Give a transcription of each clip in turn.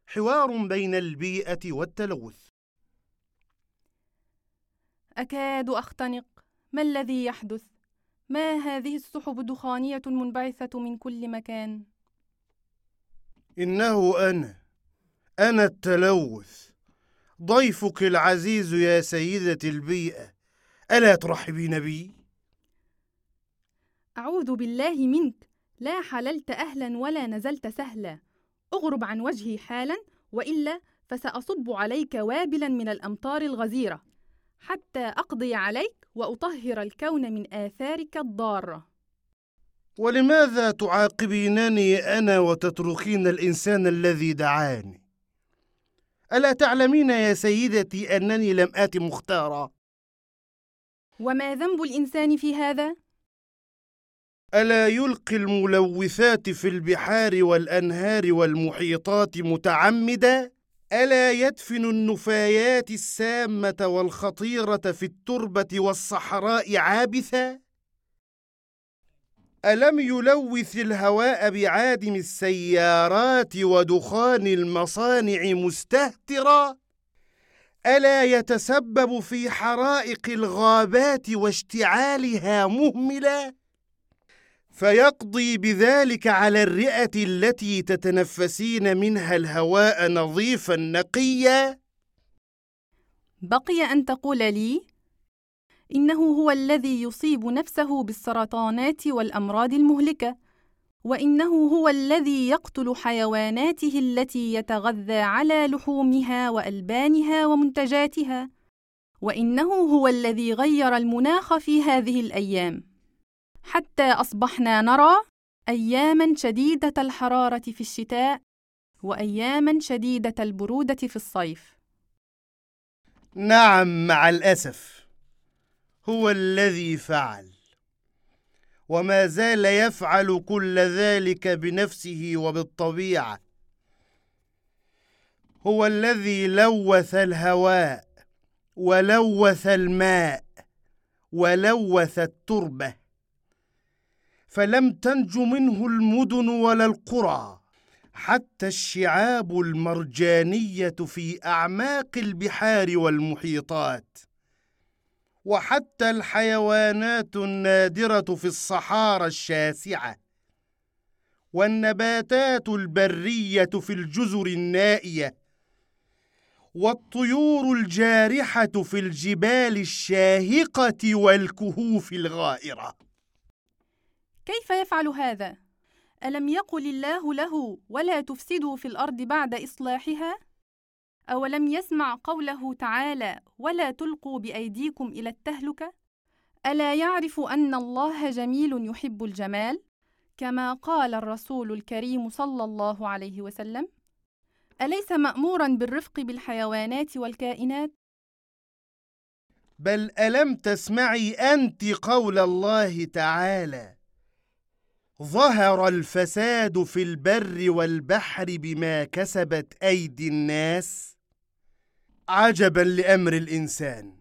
حوار بين البيئة والتلوث. أكاد أختنق. ما الذي يحدث؟ ما هذه السحب الدخانية المنبعثة من كل مكان؟ إنه أنا التلوث، ضيفك العزيز يا سيدة البيئة، ألا ترحبين بي؟ أعوذ بالله منك، لا حللت أهلا ولا نزلت سهلا. اغرب عن وجهي حالا، وإلا فسأصب عليك وابلا من الأمطار الغزيرة حتى أقضي عليك وأطهر الكون من آثارك الضارة. ولماذا تعاقبينني أنا وتتركين الإنسان الذي دعاني؟ ألا تعلمين يا سيدتي أنني لم آت مختارا؟ وما ذنب الإنسان في هذا؟ ألا يلقي الملوثات في البحار والأنهار والمحيطات متعمدا؟ ألا يدفن النفايات السامة والخطيرة في التربة والصحراء عابثا؟ ألم يلوث الهواء بعادم السيارات ودخان المصانع مستهترا؟ ألا يتسبب في حرائق الغابات واشتعالها مهملا؟ فيقضي بذلك على الرئة التي تتنفسين منها الهواء نظيفا نقيا؟ بقي أن تقول لي إنه هو الذي يصيب نفسه بالسرطانات والأمراض المهلكة، وإنه هو الذي يقتل حيواناته التي يتغذى على لحومها وألبانها ومنتجاتها، وإنه هو الذي غير المناخ في هذه الأيام حتى أصبحنا نرى أياماً شديدة الحرارة في الشتاء وأياماً شديدة البرودة في الصيف. نعم، مع الأسف هو الذي فعل، وما زال يفعل كل ذلك بنفسه وبالطبيعة. هو الذي لوث الهواء ولوث الماء ولوث التربة، فلم تنج منه المدن ولا القرى، حتى الشعاب المرجانية في أعماق البحار والمحيطات، وحتى الحيوانات النادرة في الصحارى الشاسعة، والنباتات البرية في الجزر النائية، والطيور الجارحة في الجبال الشاهقة والكهوف الغائرة. كيف يفعل هذا؟ ألم يقل الله له ولا تفسدوا في الأرض بعد إصلاحها؟ أولم يسمع قوله تعالى ولا تلقوا بأيديكم إلى التهلكة؟ ألا يعرف أن الله جميل يحب الجمال كما قال الرسول الكريم صلى الله عليه وسلم؟ أليس مأموراً بالرفق بالحيوانات والكائنات؟ بل ألم تسمعي أنت قول الله تعالى ظهر الفساد في البر والبحر بما كسبت أيدي الناس؟ عجباً لأمر الإنسان،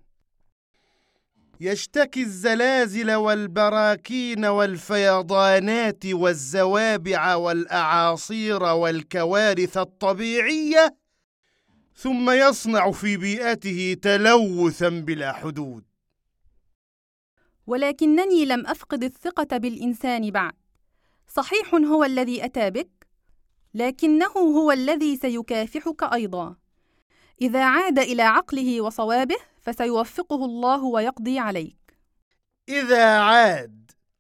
يشتكي الزلازل والبراكين والفيضانات والزوابع والأعاصير والكوارث الطبيعية، ثم يصنع في بيئته تلوثاً بلا حدود. ولكنني لم أفقد الثقة بالإنسان بعد. صحيح هو الذي أتى بك، لكنه هو الذي سيكافحك أيضا. إذا عاد إلى عقله وصوابه فسيوفقه الله ويقضي عليك. إذا عاد